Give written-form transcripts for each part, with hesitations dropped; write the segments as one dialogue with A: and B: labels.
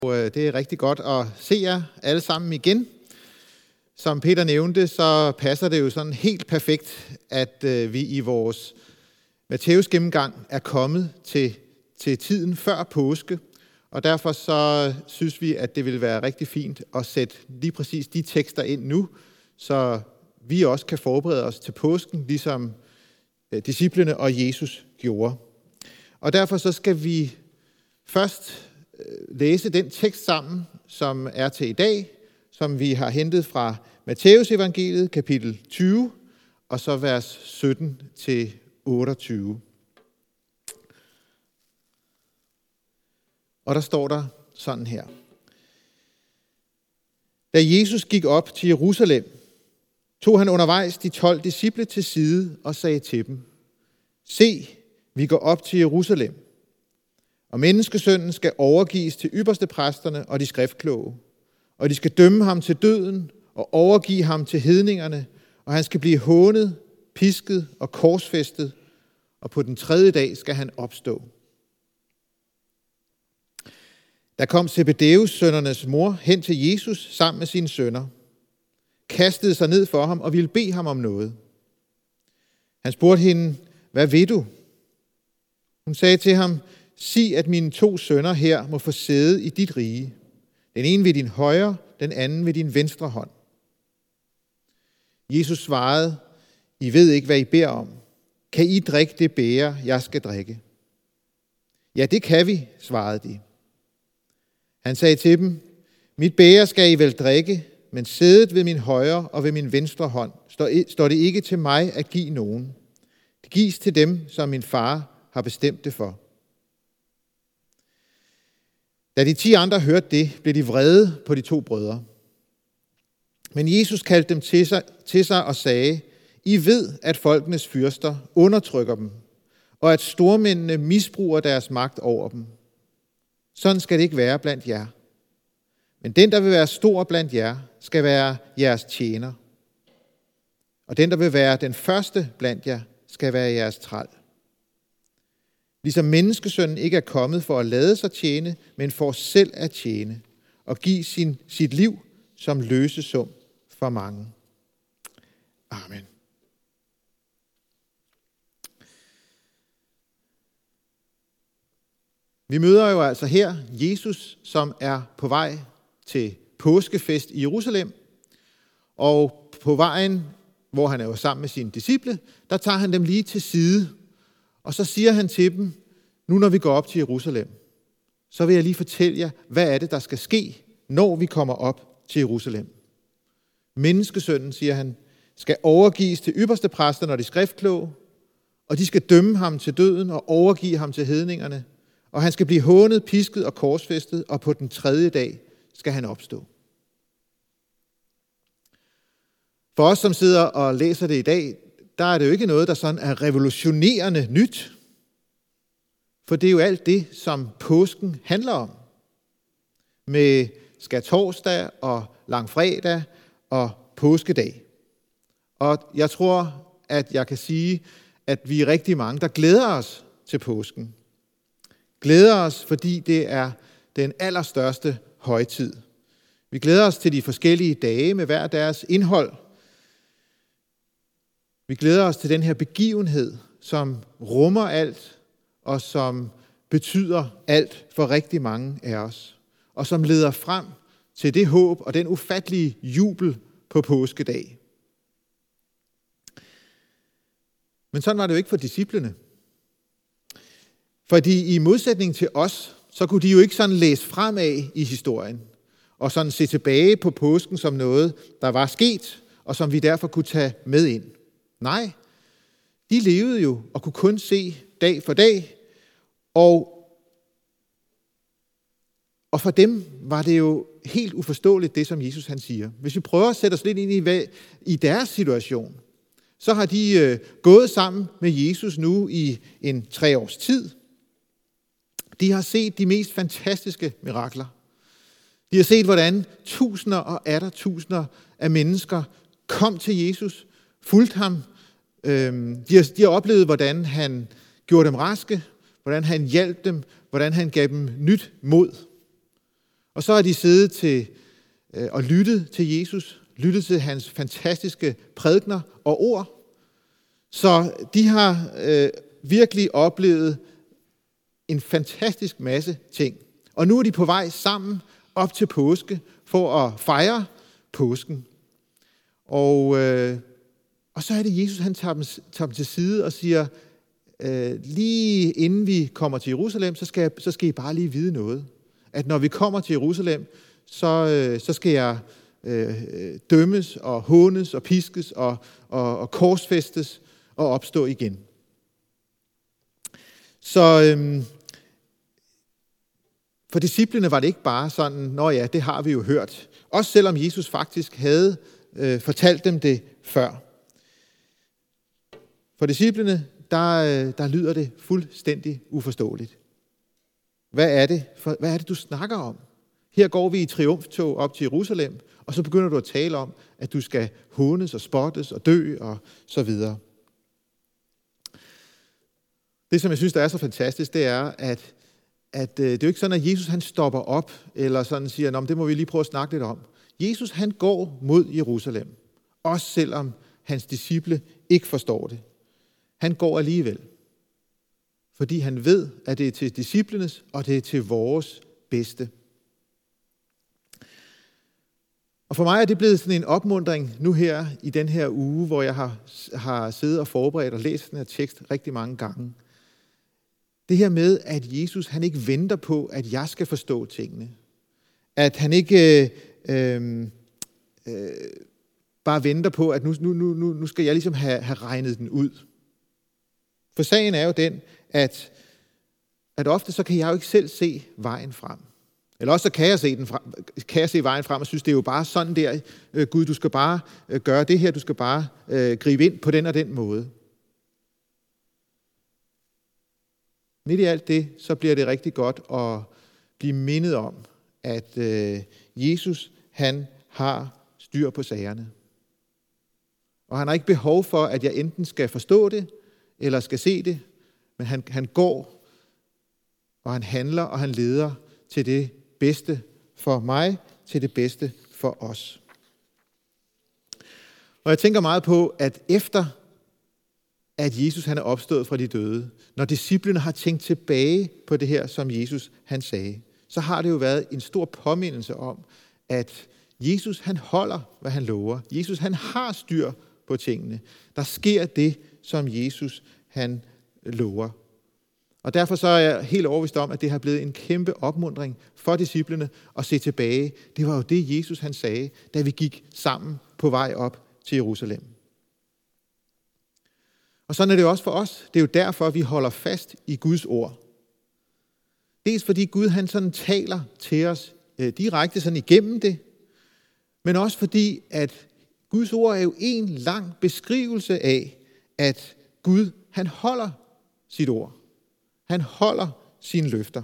A: Det er rigtig godt at se jer alle sammen igen. Som Peter nævnte, så passer det jo sådan helt perfekt, at vi i vores Matthæus gennemgang er kommet til tiden før påske. Og derfor så synes vi, at det vil være rigtig fint at sætte lige præcis de tekster ind nu, så vi også kan forberede os til påsken, ligesom disciplene og Jesus gjorde. Og derfor så skal vi først læse den tekst sammen, som er til i dag, som vi har hentet fra Matthæus evangeliet, kapitel 20, og så vers 17 til 28. Og der står der sådan her. Da Jesus gik op til Jerusalem, tog han undervejs de 12 disciple til side og sagde til dem: Se, vi går op til Jerusalem, og menneskesønnen skal overgives til ypperstepræsterne og de skriftkloge, og de skal dømme ham til døden og overgive ham til hedningerne, og han skal blive hånet, pisket og korsfæstet, og på den 3. dag skal han opstå. Der kom Zebedeus sønnernes mor hen til Jesus sammen med sine sønner, kastede sig ned for ham og ville bede ham om noget. Han spurgte hende: Hvad vil du? Hun sagde til ham: Sig, at mine 2 sønner her må få sæde i dit rige. Den ene ved din højre, den anden ved din venstre hånd. Jesus svarede: I ved ikke, hvad I beder om. Kan I drikke det bæger, jeg skal drikke? Ja, det kan vi, svarede de. Han sagde til dem: Mit bæger skal I vel drikke, men sædet ved min højre og ved min venstre hånd står det ikke til mig at give nogen. Det gives til dem, som min far har bestemt det for. Da de 10 andre hørte det, blev de vrede på de 2 brødre. Men Jesus kaldte dem til sig og sagde: I ved, at folkenes fyrster undertrykker dem, og at stormændene misbruger deres magt over dem. Sådan skal det ikke være blandt jer. Men den, der vil være stor blandt jer, skal være jeres tjener. Og den, der vil være den første blandt jer, skal være jeres træl. Ligesom menneskesønnen ikke er kommet for at lade sig tjene, men for selv at tjene og give sit liv som løsesum for mange. Amen. Vi møder jo altså her Jesus, som er på vej til påskefest i Jerusalem, og på vejen, hvor han er jo sammen med sine disciple, der tager han dem lige til side, og så siger han til dem: Nu når vi går op til Jerusalem, så vil jeg lige fortælle jer, hvad er det, der skal ske, når vi kommer op til Jerusalem. Menneskesønnen, siger han, skal overgives til ypperstepræsterne og de skriftkloge, og de skal dømme ham til døden og overgive ham til hedningerne, og han skal blive hånet, pisket og korsfæstet, og på den 3. dag skal han opstå. For os, som sidder og læser det i dag, der er det jo ikke noget, der sådan er revolutionerende nyt. For det er jo alt det, som påsken handler om. Med skærtorsdag og langfredag og påskedag. Og jeg tror, at jeg kan sige, at vi er rigtig mange, der glæder os til påsken. Glæder os, fordi det er den allerstørste højtid. Vi glæder os til de forskellige dage med hver deres indhold. Vi glæder os til den her begivenhed, som rummer alt, og som betyder alt for rigtig mange af os, og som leder frem til det håb og den ufattelige jubel på påskedag. Men sådan var det jo ikke for disciplene. Fordi i modsætning til os, så kunne de jo ikke sådan læse fremad i historien, og sådan se tilbage på påsken som noget, der var sket, og som vi derfor kunne tage med ind. Nej, de levede jo og kunne kun se dag for dag, og for dem var det jo helt uforståeligt, det som Jesus han siger. Hvis vi prøver at sætte os lidt ind i deres situation, så har de gået sammen med Jesus nu i en 3 års tid. De har set de mest fantastiske mirakler. De har set, hvordan tusinder og atter tusinder af mennesker kom til Jesus, fulgte ham. De har oplevet, hvordan han gjorde dem raske, hvordan han hjalp dem, hvordan han gav dem nyt mod. Og så har de siddet til og lyttet til Jesus, lyttet til hans fantastiske prædikener og ord. Så de har virkelig oplevet en fantastisk masse ting. Og nu er de på vej sammen op til påske for at fejre påsken. Og så er det Jesus, han tager dem til side og siger, lige inden vi kommer til Jerusalem, så skal I bare lige vide noget. At når vi kommer til Jerusalem, så skal jeg dømmes og hånes og piskes og korsfæstes og opstå igen. Så for disciplene var det ikke bare sådan, nå ja, det har vi jo hørt. Også selvom Jesus faktisk havde fortalt dem det før. For disciplene, der lyder det fuldstændig uforståeligt. Hvad er det, du snakker om? Her går vi i triumftog op til Jerusalem, og så begynder du at tale om, at du skal hånes og spottes og dø og så videre. Det, som jeg synes, der er så fantastisk, det er, at det er jo ikke sådan, at Jesus han stopper op, eller sådan siger, det må vi lige prøve at snakke lidt om. Jesus han går mod Jerusalem, også selvom hans disciple ikke forstår det. Han går alligevel, fordi han ved, at det er til disciplenes, og det er til vores bedste. Og for mig er det blevet sådan en opmuntring nu her i den her uge, hvor jeg har siddet og forberedt og læst den her tekst rigtig mange gange. Det her med, at Jesus han ikke venter på, at jeg skal forstå tingene. At han ikke bare venter på, at nu skal jeg ligesom have regnet den ud. For sagen er jo den, at ofte så kan jeg jo ikke selv se vejen frem. Eller også så kan jeg se vejen frem og synes, det er jo bare sådan der, Gud, du skal bare gøre det her, du skal bare gribe ind på den og den måde. Midt i alt det, så bliver det rigtig godt at blive mindet om, at Jesus, han har styr på sagerne. Og han har ikke behov for, at jeg enten skal forstå det, eller skal se det, men han går, og han handler, og han leder til det bedste for mig, til det bedste for os. Og jeg tænker meget på, at efter at Jesus han er opstået fra de døde, når disciplene har tænkt tilbage på det her, som Jesus han sagde, så har det jo været en stor påmindelse om, at Jesus han holder, hvad han lover. Jesus han har styr på tingene. Der sker det, som Jesus han lover. Og derfor så er jeg helt overbevist om, at det har blevet en kæmpe opmuntring for disciplene at se tilbage. Det var jo det, Jesus han sagde, da vi gik sammen på vej op til Jerusalem. Og sådan er det jo også for os. Det er jo derfor, vi holder fast i Guds ord. Dels fordi Gud han sådan taler til os direkte sådan igennem det, men også fordi, at Guds ord er jo en lang beskrivelse af, at Gud han holder sit ord. Han holder sine løfter.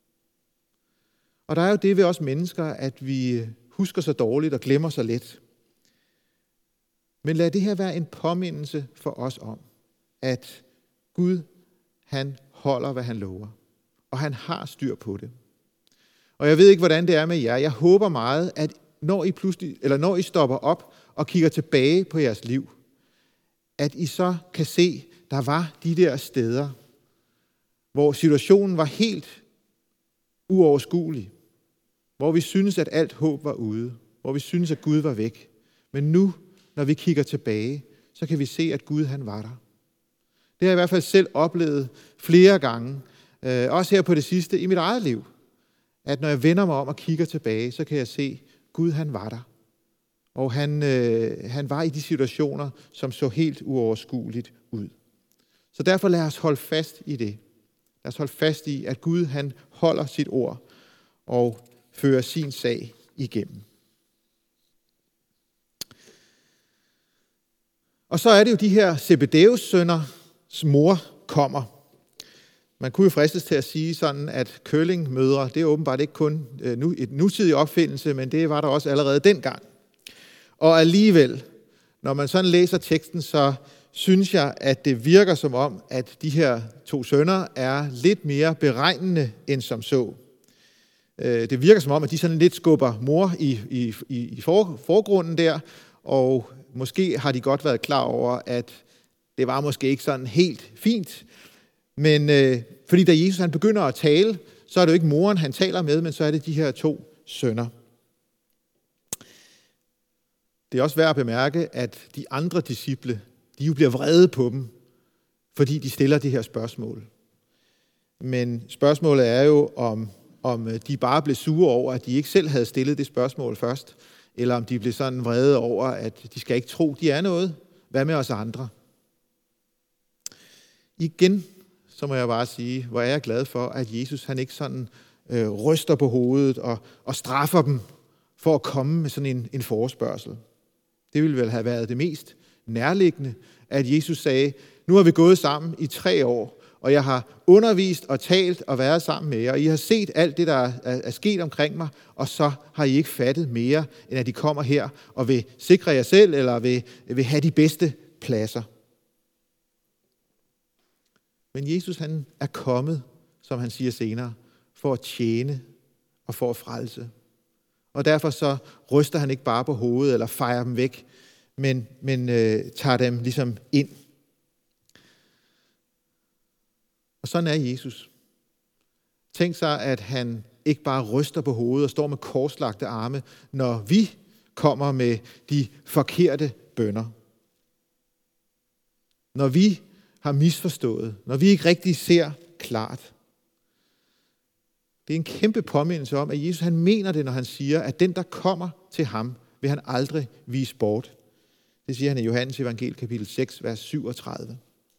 A: Og der er jo det ved os mennesker, at vi husker så dårligt og glemmer så let. Men lad det her være en påmindelse for os om, at Gud, han holder, hvad han lover. Og han har styr på det. Og jeg ved ikke, hvordan det er med jer. Jeg håber meget, at når I stopper op og kigger tilbage på jeres liv, at I så kan se, der var de der steder, hvor situationen var helt uoverskuelig, hvor vi synes, at alt håb var ude, hvor vi synes, at Gud var væk. Men nu, når vi kigger tilbage, så kan vi se, at Gud han var der. Det har jeg i hvert fald selv oplevet flere gange, også her på det sidste i mit eget liv, at når jeg vender mig om og kigger tilbage, så kan jeg se, at Gud han var der. Og han var i de situationer, som så helt uoverskueligt ud. Så derfor lad os holde fast i det. Lad os holde fast i, at Gud han holder sit ord og fører sin sag igennem. Og så er det jo de her Zebedeus sønners mor kommer. Man kunne jo fristes til at sige sådan, at curlingmødre, det er åbenbart ikke kun et nutidig opfindelse, men det var der også allerede dengang. Og alligevel, når man sådan læser teksten, så synes jeg, at det virker som om, at de her to sønner er lidt mere beregnende end som så. Det virker som om, at de sådan lidt skubber mor i forgrunden der, og måske har de godt været klar over, at det var måske ikke sådan helt fint. Men fordi da Jesus han begynder at tale, så er det jo ikke moren, han taler med, men så er det de her 2 sønner. Det er også værd at bemærke, at de andre disciple, de jo bliver vrede på dem, fordi de stiller de her spørgsmål. Men spørgsmålet er jo, om de bare blev sure over, at de ikke selv havde stillet det spørgsmål først, eller om de blev sådan vrede over, at de skal ikke tro, de er noget. Hvad med os andre? Igen, så må jeg bare sige, hvor er jeg glad for, at Jesus han ikke sådan ryster på hovedet og straffer dem for at komme med sådan en forespørgsel. Det ville vel have været det mest nærliggende, at Jesus sagde, nu har vi gået sammen i 3 år, og jeg har undervist og talt og været sammen med jer, og I har set alt det, der er sket omkring mig, og så har I ikke fattet mere, end at I kommer her og vil sikre jer selv, eller vil have de bedste pladser. Men Jesus han er kommet, som han siger senere, for at tjene og for at frelse. Og derfor så ryster han ikke bare på hovedet eller fejrer dem væk, men tager dem ligesom ind. Og sådan er Jesus. Tænk sig, at han ikke bare ryster på hovedet og står med korslagte arme, når vi kommer med de forkerte bønner. Når vi har misforstået, når vi ikke rigtig ser klart. Det er en kæmpe påmindelse om, at Jesus han mener det, når han siger, at den, der kommer til ham, vil han aldrig vise bort. Det siger han i Johannes evangeliet kapitel 6, vers 37.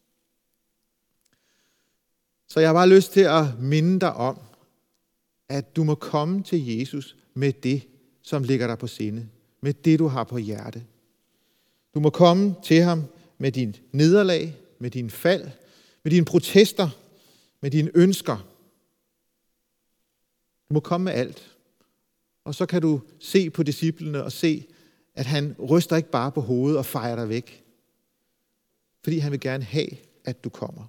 A: Så jeg har bare lyst til at minde dig om, at du må komme til Jesus med det, som ligger dig på sinde. Med det, du har på hjerte. Du må komme til ham med din nederlag, med din fald, med dine protester, med dine ønsker. Du må komme med alt. Og så kan du se på disciplene og se, at han ryster ikke bare på hovedet og fejrer dig væk. Fordi han vil gerne have, at du kommer.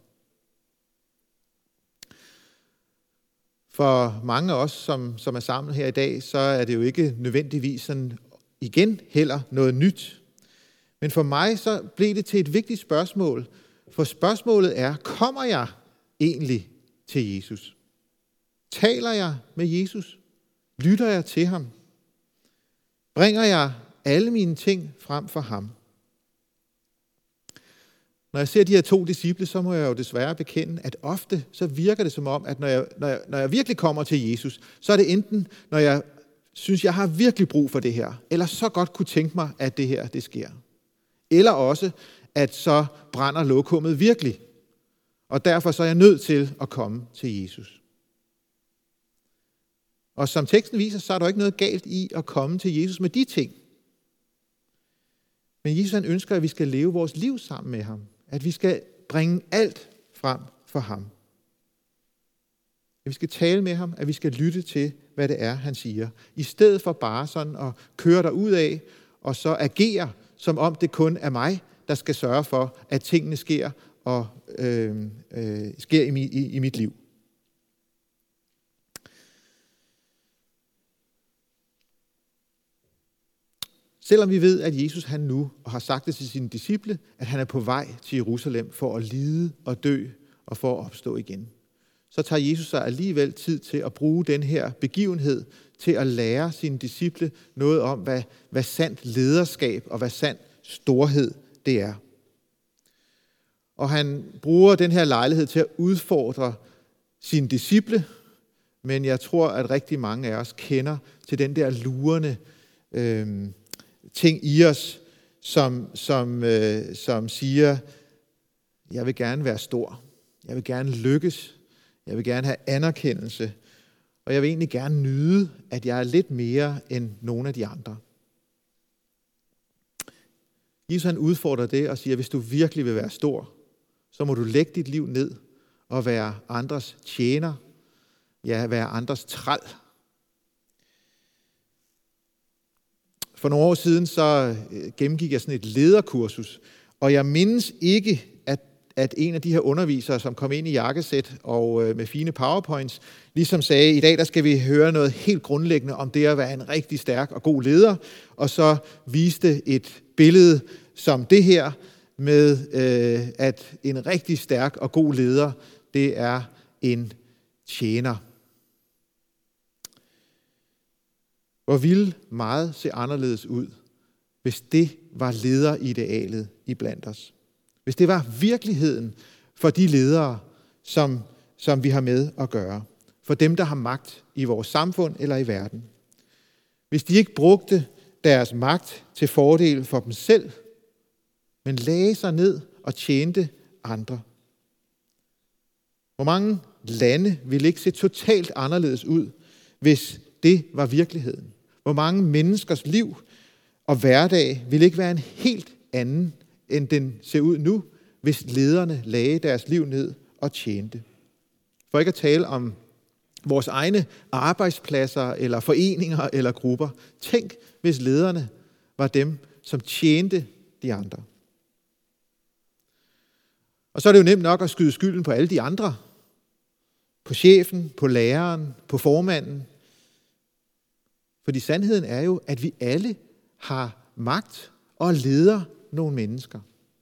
A: For mange af os, som er samlet her i dag, så er det jo ikke nødvendigvis sådan igen heller noget nyt. Men for mig så blev det til et vigtigt spørgsmål. For spørgsmålet er, kommer jeg egentlig til Jesus? Taler jeg med Jesus? Lytter jeg til ham? Bringer jeg alle mine ting frem for ham? Når jeg ser de her 2 disciple, så må jeg jo desværre bekende, at ofte så virker det som om, at når jeg virkelig kommer til Jesus, så er det enten, når jeg synes, jeg har virkelig brug for det her, eller så godt kunne tænke mig, at det her, det sker. Eller også, at så brænder lokummet virkelig. Og derfor så er jeg nødt til at komme til Jesus. Og som teksten viser, så er der ikke noget galt i at komme til Jesus med de ting. Men Jesus han ønsker, at vi skal leve vores liv sammen med ham. At vi skal bringe alt frem for ham. At vi skal tale med ham, at vi skal lytte til, hvad det er, han siger. I stedet for bare sådan at køre derud af, og så agere, som om det kun er mig, der skal sørge for, at tingene sker og sker i mit liv. Selvom vi ved, at Jesus han nu har sagt det til sine disciple, at han er på vej til Jerusalem for at lide og dø og for at opstå igen, så tager Jesus sig alligevel tid til at bruge den her begivenhed til at lære sine disciple noget om, hvad sandt lederskab og hvad sand storhed det er. Og han bruger den her lejlighed til at udfordre sine disciple, men jeg tror, at rigtig mange af os kender til den der lurende ting i os, som siger, jeg vil gerne være stor, jeg vil gerne lykkes, jeg vil gerne have anerkendelse, og jeg vil egentlig gerne nyde, at jeg er lidt mere end nogle af de andre. Jesus han udfordrer det og siger, hvis du virkelig vil være stor, så må du lægge dit liv ned og være andres tjener, ja, være andres træl. For nogle år siden så gennemgik jeg sådan et lederkursus, og jeg mindes ikke, at en af de her undervisere, som kom ind i jakkesæt og med fine powerpoints, ligesom sagde, i dag der skal vi høre noget helt grundlæggende om det at være en rigtig stærk og god leder, og så viste et billede som det her med, at en rigtig stærk og god leder, det er en tjener. Hvor ville meget se anderledes ud, hvis det var lederidealet iblandt os. Hvis det var virkeligheden for de ledere, som vi har med at gøre. For dem, der har magt i vores samfund eller i verden. Hvis de ikke brugte deres magt til fordel for dem selv, men lagde sig ned og tjente andre. Hvor mange lande ville ikke se totalt anderledes ud, hvis det var virkeligheden? Hvor mange menneskers liv og hverdag ville ikke være en helt anden, end den ser ud nu, hvis lederne lagde deres liv ned og tjente. For ikke at tale om vores egne arbejdspladser, eller foreninger, eller grupper. Tænk, hvis lederne var dem, som tjente de andre. Og så er det jo nemt nok at skyde skylden på alle de andre. På chefen, på læreren, på formanden. Fordi sandheden er jo, at vi alle har magt og leder nogle mennesker.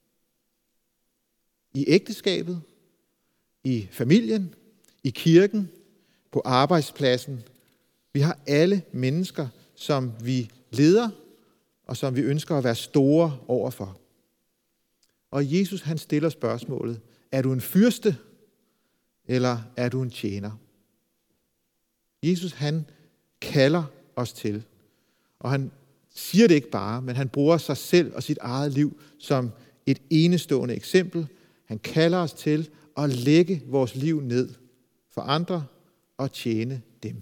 A: I ægteskabet, i familien, i kirken, på arbejdspladsen. Vi har alle mennesker, som vi leder, og som vi ønsker at være store overfor. Og Jesus han stiller spørgsmålet, er du en fyrste, eller er du en tjener? Jesus han kalder os til, og han siger det ikke bare, men han bruger sig selv og sit eget liv som et enestående eksempel. Han kalder os til at lægge vores liv ned for andre og tjene dem.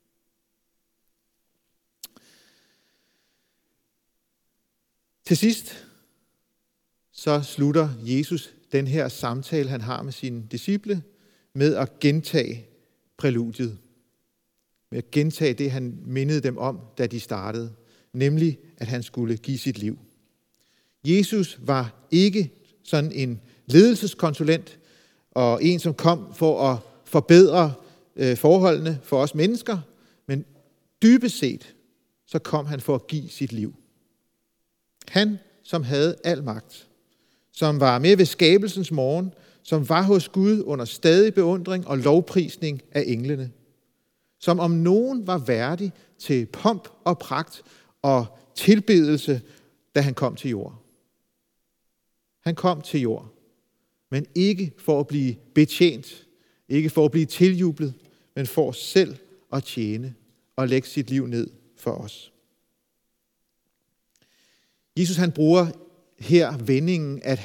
A: Til sidst så slutter Jesus den her samtale, han har med sine disciple, med at gentage præludiet. Med at gentage det, han mindede dem om, da de startede. Nemlig, at han skulle give sit liv. Jesus var ikke sådan en ledelseskonsulent, og en, som kom for at forbedre forholdene for os mennesker, men dybest set, så kom han for at give sit liv. Han, som havde al magt, som var med ved skabelsens morgen, som var hos Gud under stadig beundring og lovprisning af englene, som om nogen var værdig til pomp og pragt og tilbedelse, da han kom til jord. Han kom til jord, men ikke for at blive betjent, ikke for at blive tiljublet, men for selv at tjene og lægge sit liv ned for os. Jesus han bruger her vendingen, at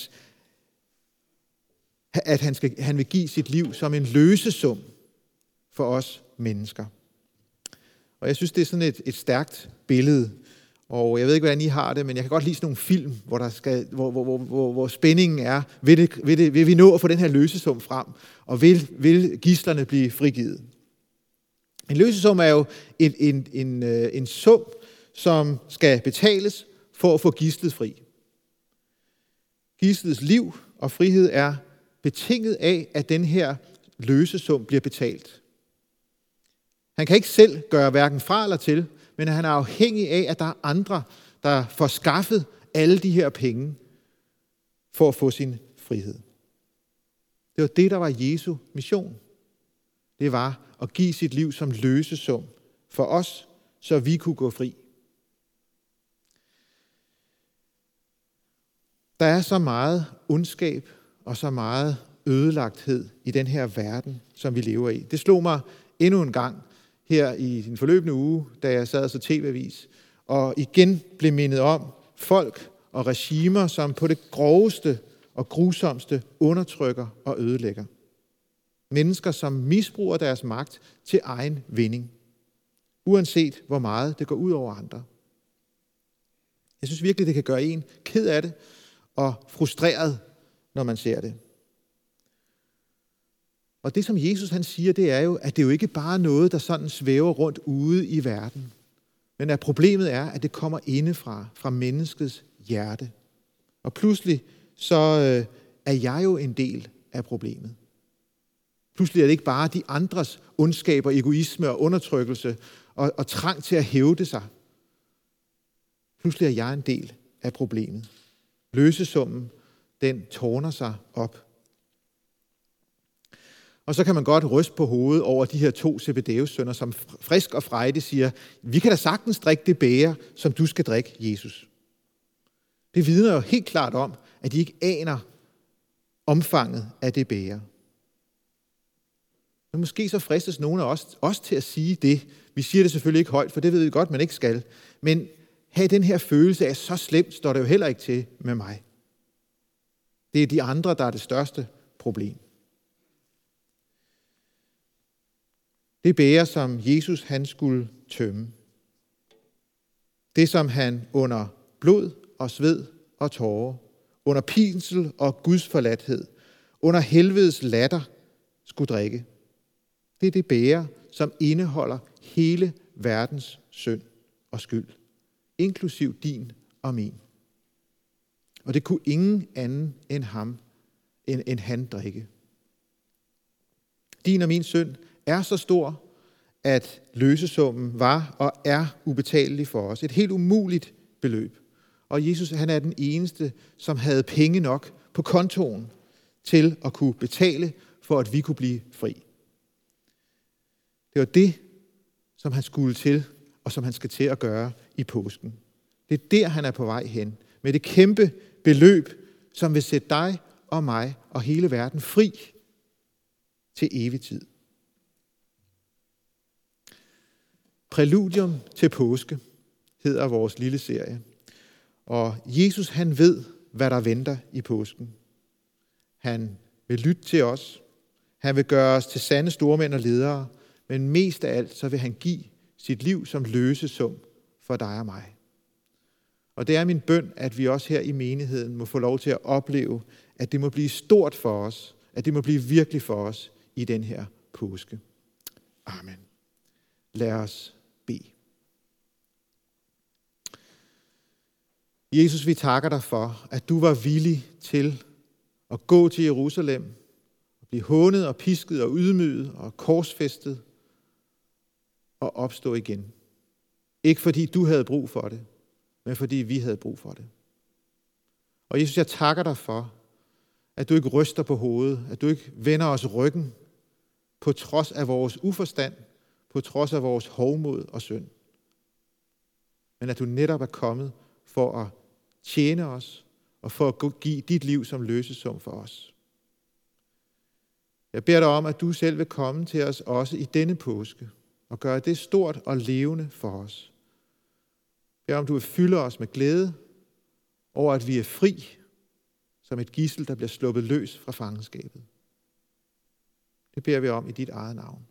A: han vil give sit liv som en løsesum for os mennesker. Og jeg synes, det er sådan et stærkt billede. Og jeg ved ikke, hvordan I har det, men jeg kan godt lide sådan nogle film, hvor spændingen er. Vil vi nå at få den her løsesum frem? Og vil gidslerne blive frigivet? En løsesum er jo en sum, som skal betales for at få gidslet fri. Gidslets liv og frihed er betinget af, at den her løsesum bliver betalt. Han kan ikke selv gøre hverken fra eller til, men han er afhængig af, at der er andre, der får skaffet alle de her penge for at få sin frihed. Det var det, der var Jesu mission. Det var at give sit liv som løsesum for os, så vi kunne gå fri. Der er så meget ondskab og så meget ødelagthed i den her verden, som vi lever i. Det slog mig endnu en gang her i den forløbende uge, da jeg sad og så tv-avis, og igen blev mindet om folk og regimer, som på det groveste og grusomste undertrykker og ødelægger. Mennesker, som misbruger deres magt til egen vinding, uanset hvor meget det går ud over andre. Jeg synes virkelig, det kan gøre en ked af det og frustreret, når man ser det. Og det, som Jesus han siger, det er jo, at det jo ikke bare er noget, der sådan svæver rundt ude i verden. Men at problemet er, at det kommer indefra, fra menneskets hjerte. Og pludselig så er jeg jo en del af problemet. Pludselig er det ikke bare de andres ondskaber, egoisme og undertrykkelse og trang til at hævde sig. Pludselig er jeg en del af problemet. Løsesummen, den tårner sig op. Og så kan man godt ryste på hovedet over de her 2 Zebedeus-sønner, som frisk og frejdigt siger, vi kan da sagtens drikke det bæger, som du skal drikke, Jesus. Det vidner jo helt klart om, at de ikke aner omfanget af det bæger. Men måske så fristes nogle af os også til at sige det. Vi siger det selvfølgelig ikke højt, for det ved vi godt, man ikke skal. Men have den her følelse af, så slemt står det jo heller ikke til med mig. Det er de andre, der er det største problem. Det bæger, som Jesus han skulle tømme. Det, som han under blod og sved og tårer, under pinsel og Guds forladthed, under helvedes latter skulle drikke. Det er det bæger, som indeholder hele verdens synd og skyld, inklusiv din og min. Og det kunne ingen anden end han drikke. Din og min synd er så stor, at løsesummen var og er ubetalelig for os. Et helt umuligt beløb. Og Jesus, han er den eneste, som havde penge nok på kontoen til at kunne betale for, at vi kunne blive fri. Det var det, som han skulle til, og som han skal til at gøre i påsken. Det er der, han er på vej hen. Med det kæmpe beløb, som vil sætte dig og mig og hele verden fri til evig tid. Præludium til påske hedder vores lille serie. Og Jesus, han ved, hvad der venter i påsken. Han vil lytte til os. Han vil gøre os til sande stormænd og ledere. Men mest af alt, så vil han give sit liv som løsesum for dig og mig. Og det er min bøn, at vi også her i menigheden må få lov til at opleve, at det må blive stort for os, at det må blive virkelig for os i den her påske. Amen. Lad os bede. Jesus, vi takker dig for, at du var villig til at gå til Jerusalem, og blive hånet og pisket og ydmyget og korsfæstet og opstå igen. Ikke fordi du havde brug for det, men fordi vi havde brug for det. Og Jesus, jeg takker dig for, at du ikke ryster på hovedet, at du ikke vender os ryggen, på trods af vores uforstand, på trods af vores hovmod og synd. Men at du netop er kommet for at tjene os, og for at give dit liv som løsesum for os. Jeg beder dig om, at du selv vil komme til os også i denne påske, og gøre det stort og levende for os. Jeg beder om, du vil fylde os med glæde over, at vi er fri, som et gidsel, der bliver sluppet løs fra fangenskabet. Det beder vi om i dit eget navn.